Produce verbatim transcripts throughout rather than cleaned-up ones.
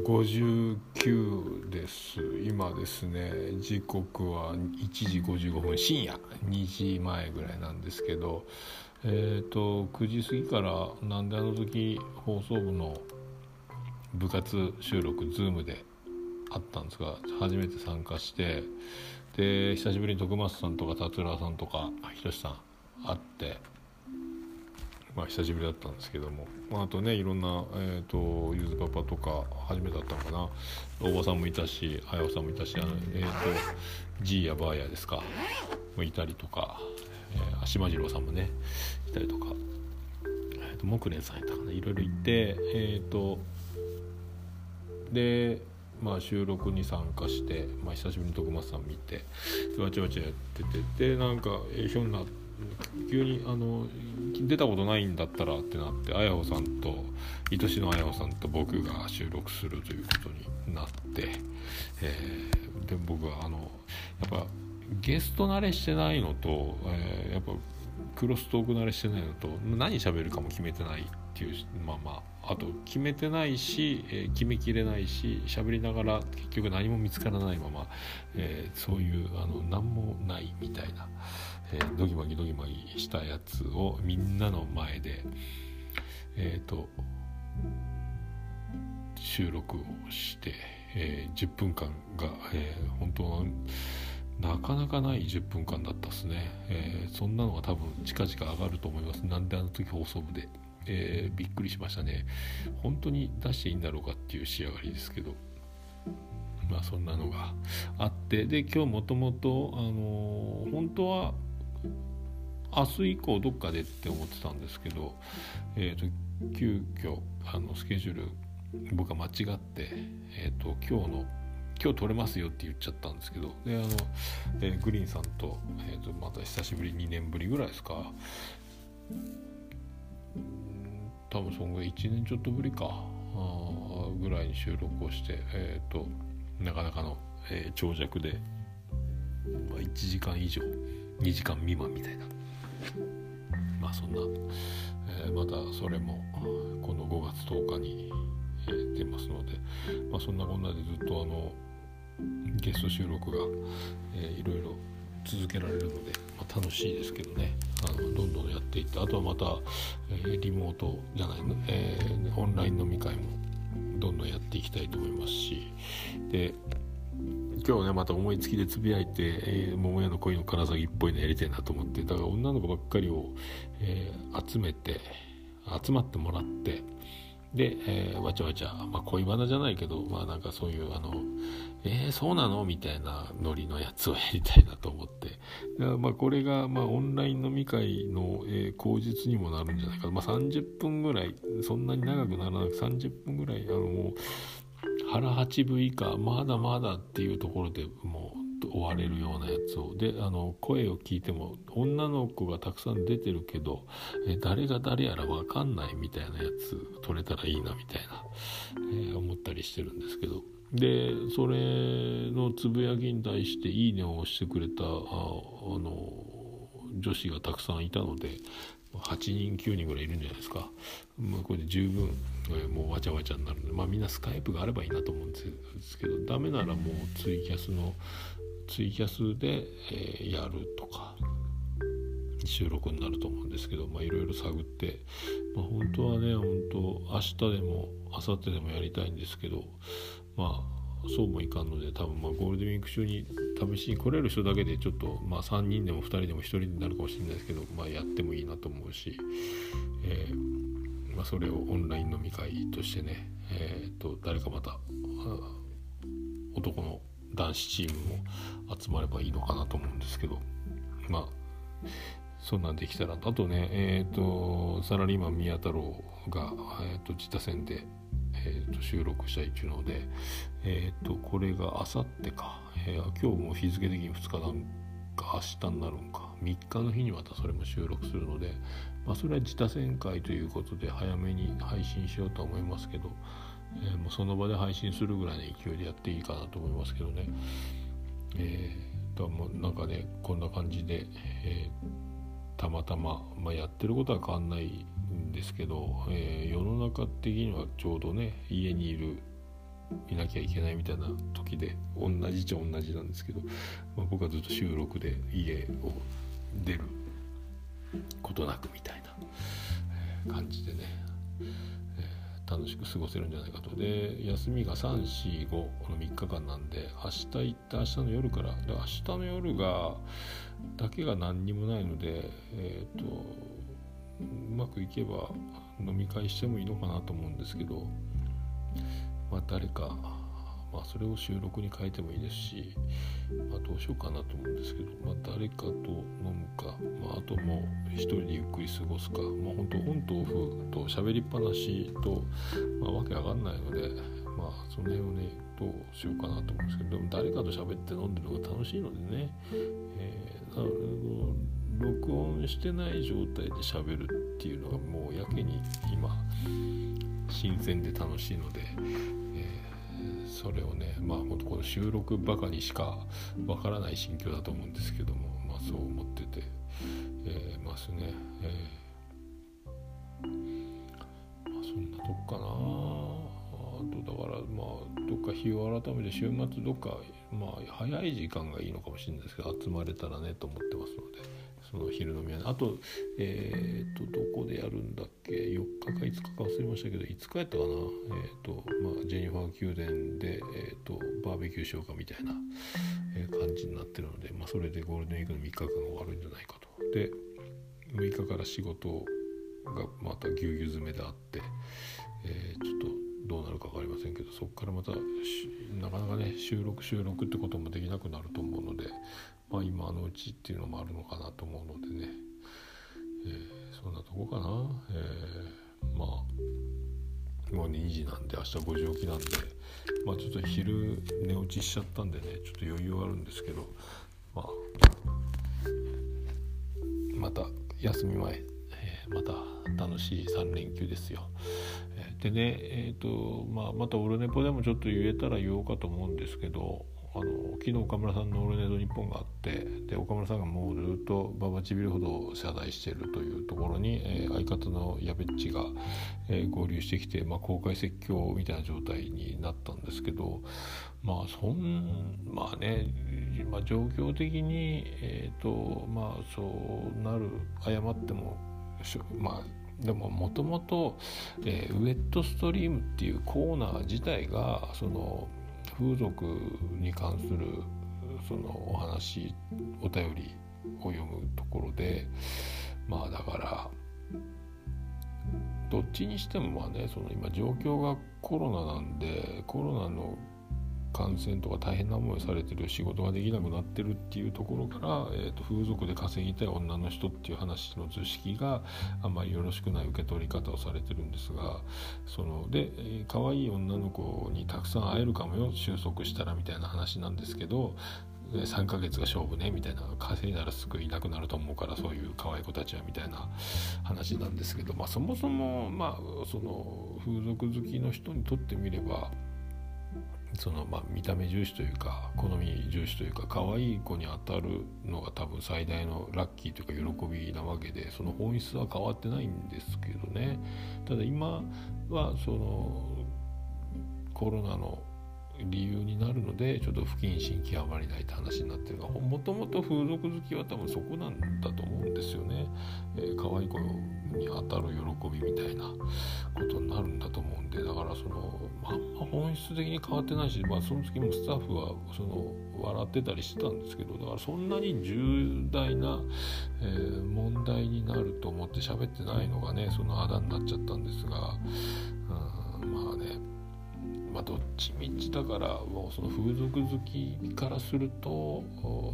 ごじゅうきゅうです。今ですね、時刻はいちじごじゅうごふん、深夜にじまえぐらいなんですけど、えーとくじ過ぎからなんであの時放送部の部活収録 Zoom であったんですが、初めて参加して、で久しぶりに徳松さんとか達郎さんとかひとしさん会って、まあ久しぶりだったんですけども、まあ、あとねいろんな、えー、とゆずパパとか初めてだったのかな、大場さんもいたし、あやおさんもいたし、あの、えー、とジーやバーヤですかもいたりとか、えー、島次郎さんもねいたりとか、えー、と木蓮さんいたかな、いろいろいて、えー、とでまあ、収録に参加して、まあ、久しぶりに徳松さん見てわちゃわちゃやってて、でなんかえひょんな急にあの出たことないんだったらってなって、あやほさんと愛しのあやほさんと僕が収録するということになって、えー、で僕はあのやっぱゲスト慣れしてないのと、えー、やっぱクロストーク慣れしてないのと、何喋るかも決めてないっていう、まあまああと決めてないし、えー、決めきれないし、喋りながら結局何も見つからないまま、えー、そういうあの何もないみたいな、えー、ドギマギドギマギしたやつをみんなの前で、えー、と収録をして、えー、じゅっぷんかんが、えー、本当はなかなかないじゅっぷんかんだったですね、えー、そんなのが多分近々上がると思います。なんであの時放送部で、えー、びっくりしましたね。本当に出していいんだろうかっていう仕上がりですけど、まあそんなのがあって、で今日もともとあのー、本当は明日以降どっかでって思ってたんですけど、えー、と急遽あのスケジュール僕は間違って、えー、と今日の今日撮れますよって言っちゃったんですけど、であの、えー、グリーンさんと、えー、とまた久しぶりにねんぶりぐらいですか、多分そんぐらいいちねんちょっとぶりかあぐらいに収録をして、えー、となかなかの、えー、長尺で、まあ、いちじかん以上にじかん未満みたいな、まあそんな、えー、またそれもこのごがつとおかに、えー、出ますので、まあ、そんなこんなでずっとあのゲスト収録が、えー、いろいろ続けられるので、まあ、楽しいですけどね、あのどんどんやっていって、あとはまた、えー、リモートじゃないの、えー、オンライン飲み会もどんどんやっていきたいと思いますし、で今日ねまた思いつきでつぶやいて、えー、桃屋の恋のからさぎっぽいのやりたいなと思って、だから女の子ばっかりを、えー、集めて集まってもらって、で、えー、わちゃわちゃ、まあ、恋バナじゃないけど、まあなんかそういうあのえー、そうなのみたいなノリのやつをやりたいなと思って、まあこれがまあオンライン飲み会の、えー、口実にもなるんじゃないか、まあ、さんじゅっぷんぐらい、そんなに長くならなくさんじゅっぷんぐらい、あのもう腹はちぶ以下まだまだっていうところでもう終われるようなやつを、であの声を聞いても女の子がたくさん出てるけど、え誰が誰やら分かんないみたいなやつ撮れたらいいなみたいな、えー、思ったりしてるんですけど、でそれのつぶやきに対していいねを押してくれたああの女子がたくさんいたので、はちにんきゅうにんぐらいいるんじゃないですか。まあ、これで十分、えー、もうわちゃわちゃになるので、まあ、みんなスカイプがあればいいなと思うんですけど、ダメならもうツイキャスのツイキャスで、えー、やるとか収録になると思うんですけど、まあいろいろ探って、まあ、本当はね本当明日でも明後日でもやりたいんですけど、まあそうもいかんので、多分まあゴールデンウィーク中に試しに来れる人だけでちょっと、まあさんにんでもふたりでもひとりになるかもしれないですけど、まあやってもいいなと思うし、えーまあ、それをオンライン飲み会としてね、えー、と誰かまた男の男子チームも集まればいいのかなと思うんですけど、まあそんなんできたら、あとね、えー、とサラリーマン宮太郎が、えー、と自他戦でえー、と収録したいっていうので、えー、とこれがあさってか、えー、今日も日付的にふつかなんか明日になるんかみっかの日にまたそれも収録するので、まあ、それは自他戦会ということで早めに配信しようとは思いますけど、えー、もうその場で配信するぐらいの勢いでやっていいかなと思いますけどね、えー、だもうなんかねこんな感じで、えー、たまたま、まあ、やってることは変わんないんですけど、えー、世の中的にはちょうどね家にいるいなきゃいけないみたいな時で同じっちゃ同じなんですけど、まあ、僕はずっと収録で家を出ることなくみたいな感じでね、えー、楽しく過ごせるんじゃないかと。で休みがさん、し、ごのみっかかんなんで、明日行った明日の夜からで、明日の夜がだけが何にもないので、えーとうまくいけば飲み会してもいいのかなと思うんですけど、まあ誰か、まあそれを収録に変えてもいいですし、まあどうしようかなと思うんですけど、まあ誰かと飲むか、まああともう一人でゆっくり過ごすか、まあ本当オンとオフと喋りっぱなしと、まあわけわかんないので、まあその辺をねどうしようかなと思うんですけど、でも誰かと喋って飲んでるのが楽しいのでね、えー、あの録音してない状態で喋るっていうのがもうやけに今新鮮で楽しいので、えー、それをね、まあ本当この収録バカにしかわからない心境だと思うんですけども、まあそう思ってて、えー、ますね、えー、まあそんなとこかな。あとだからまあどっか日を改めて週末どっかまあ早い時間がいいのかもしれないですけど、集まれたらねと思ってますので、その昼飲みは、ね、あとえっ、ー、とどこでやるんだっけ、よっかかいつかか忘れましたけど、いつかやったかな、えっ、ー、とまあジェニファー宮殿でえっ、ー、とバーベキューしようかみたいな、えー、感じになってるので、まあそれでゴールデンウィークのみっかかんが終わるんじゃないかと。でむいかから仕事がまたぎゅうぎゅう詰めであって、えー、ちょっとどうなるか分かりませんけど、そこからまたなかなかね収録収録ってこともできなくなると思うので、まあ今のうちっていうのもあるのかなと思うのでね、えー、そんなとこかな。えー、まあもうにじなんで明日ごじ起きなんで、まあちょっと昼寝落ちしちゃったんでね、ちょっと余裕あるんですけど、まあまた休み前、えー、また楽しいさんれんきゅうですよ。でね、えーとまあ、またオルネポでもちょっと言えたら言おうかと思うんですけど、あの昨日岡村さんのオルネポ日本があって、で岡村さんがもうずっとババチビるほど謝罪しているというところに、えー、相方のやべっちが、えー、合流してきて、まあ、公開説教みたいな状態になったんですけど、まあそんまあね、まあ、状況的に、えーとまあ、そうなる謝ってもまあでももともとウェットストリームっていうコーナー自体がその風俗に関するそのお話お便りを読むところで、まあだからどっちにしてもまあね、その今状況がコロナなんで、コロナの感染とか大変な思いされてる、仕事ができなくなってるっていうところから、えーと、風俗で稼ぎたい女の人っていう話の図式があんまりよろしくない受け取り方をされてるんですが、そので、えー、可愛い女の子にたくさん会えるかもよ収束したらみたいな話なんですけど、さんかげつが勝負ねみたいな、稼いだらすぐいなくなると思うからそういう可愛い子たちはみたいな話なんですけど、まあそもそもまあその風俗好きの人にとってみれば、そのまあ見た目重視というか好み重視というか可愛い子に当たるのが多分最大のラッキーというか喜びなわけで、その本質は変わってないんですけどね。ただ今はそのコロナの理由になるのでちょっと不謹慎極まりないって話になってるが、もともと風俗好きは多分そこなんだと思うんですよね。えー、可愛い子に当たる喜びみたいなことになるんだと思うんで、だからそのあんま本質的に変わってないし、まあその時もスタッフはその笑ってたりしてたんですけど、だからそんなに重大な、えー、問題になると思って喋ってないのがね、そのあだになっちゃったんですが、うん、まあね、まあどっちみちだからもうその風俗好きからすると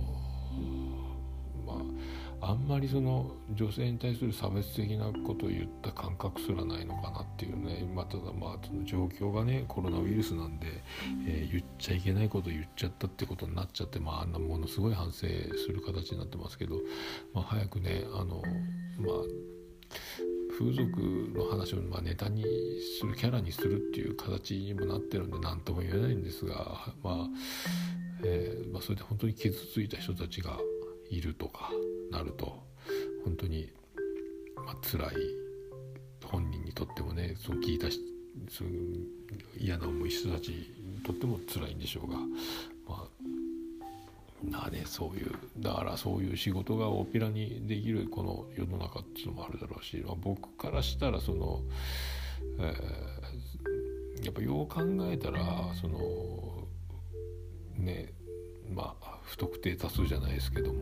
まああんまりその女性に対する差別的なことを言った感覚すらないのかなっていうね。まあ、ただまあその状況がねコロナウイルスなんで、えー、言っちゃいけないこと言っちゃったってことになっちゃって、まああんなものすごい反省する形になってますけど、まあ、早くねあのまあ風俗の話をまあネタにするキャラにするっていう形にもなってるんで何とも言えないんですが、まあ、えーまあ、それで本当に傷ついた人たちがいるとかなると本当に、まあ、辛い、本人にとってもね、そう聞いたそういう嫌な思い人たちにとっても辛いんでしょうが、まあなね、そういうだからそういう仕事がオペラにできるこの世の中っていうのもあるだろうし、まあ、僕からしたらその、えー、やっぱよう考えたらそのねまあ不特定多数じゃないですけども、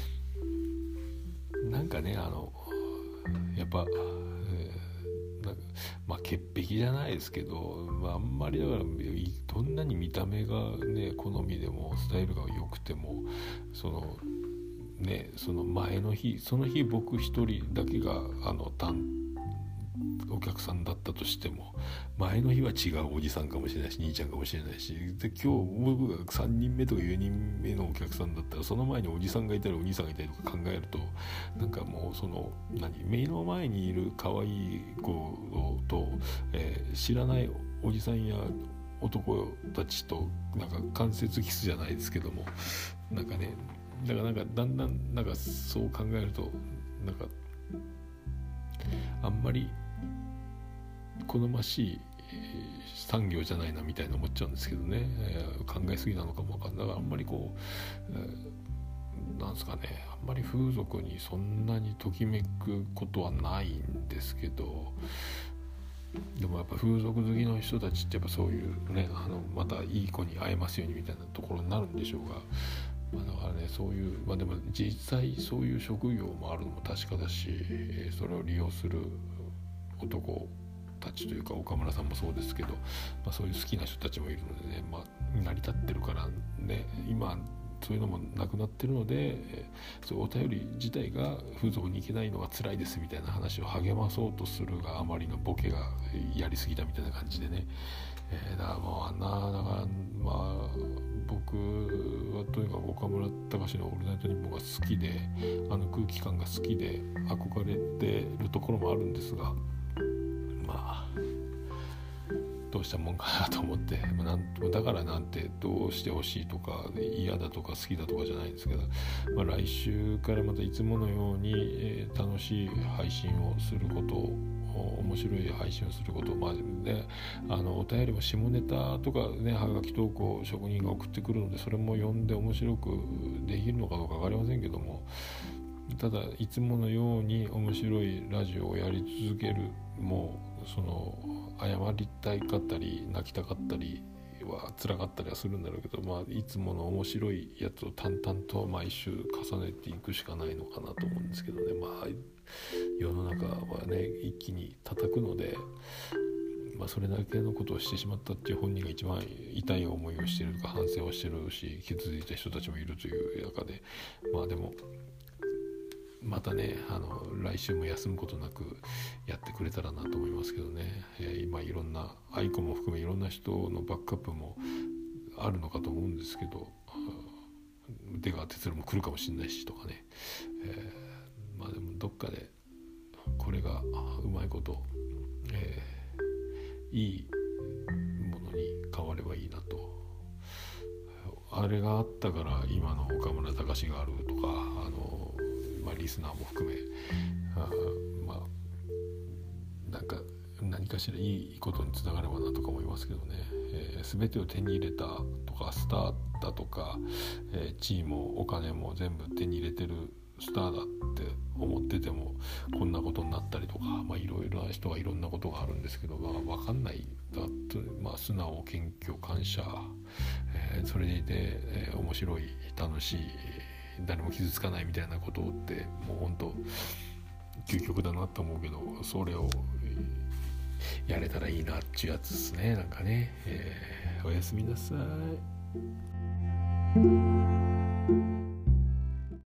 なんかねあのやっぱ、えー、なんかまあ潔癖じゃないですけど、まあ、あんまりだからどんなに見た目がね好みでもスタイルが良くてもそのねその前の日その日僕一人だけがあの担お客さんだったとしても前の日は違うおじさんかもしれないし兄ちゃんかもしれないし、で今日僕がさんにんめとかよにんめのお客さんだったらその前におじさんがいたりお兄さんがいたりとか考えると、なんかもうその何目の前にいる可愛い子と、えー、知らないおじさんや男たちとなんか間接キスじゃないですけども、なんかねだからなんかだんだんなんかそう考えるとなんかあんまり好ましい、えー、産業じゃないなみたいな思っちゃうんですけどね、えー、考えすぎなのかもわかんない。だからあんまりこう、えー、なんですかねあんまり風俗にそんなにときめくことはないんですけど、でもやっぱ風俗好きの人たちってやっぱそういうねあのまたいい子に会えますようにみたいなところになるんでしょうが、まあ、だからねそういうまあでも実際そういう職業もあるのも確かだし、えー、それを利用する男たちというか岡村さんもそうですけど、まあ、そういう好きな人たちもいるのでね、まあ、成り立ってるからね今そういうのもなくなってるので、えー、そういうお便り自体が風俗に行けないのが辛いですみたいな話を励まそうとするがあまりのボケがやりすぎたみたいな感じでね、えー、だからもうあんなだからまあ僕はとにかく岡村隆史のオールナイトニッポンが好きであの空気感が好きで憧れてるところもあるんですが、まあどうしたもんかなと思って、まあ、なんだからなんてどうしてほしいとか嫌だとか好きだとかじゃないんですけど、まあ、来週からまたいつものように、えー、楽しい配信をすることを面白い配信をすることをまずねあのお便りも下ネタとかねはがき投稿職人が送ってくるのでそれも読んで面白くできるのかどうか分かりませんけども、ただいつものように面白いラジオをやり続けるもうその謝りたいかったり泣きたかったりは辛かったりはするんだろうけど、まあ、いつもの面白いやつを淡々と毎週重ねていくしかないのかなと思うんですけどね。まあ世の中はね一気に叩くので、まあ、それだけのことをしてしまったっていう本人が一番痛い思いをしているとか反省をしているし気づいた人たちもいるという中で、まあでもまたねあの来週も休むことなくやってくれたらなと思いますけどね、えー、今いろんなアイコも含めいろんな人のバックアップもあるのかと思うんですけど、出川哲朗も来るかもしれないしとかね、えー、まあでもどっかでこれがうまいこと、えー、いいものに変わればいいなと。あれがあったから今の岡村隆史があるとかあのまあ、リスナーも含めあまあなんか何かしらいいことにつながればなとか思いますけどね、えー、全てを手に入れたとかスターだとか、えー、地位もお金も全部手に入れてるスターだって思っててもこんなことになったりとか、まあいろいろな人はいろんなことがあるんですけど、まあ、分かんないだって、まあ、素直謙虚感謝、えー、それでいて、えー、面白い楽しい誰も傷つかないみたいなことってもう本当究極だなと思うけど、それをやれたらいいなっていうやつですね。なんかね、えー、おやすみなさい。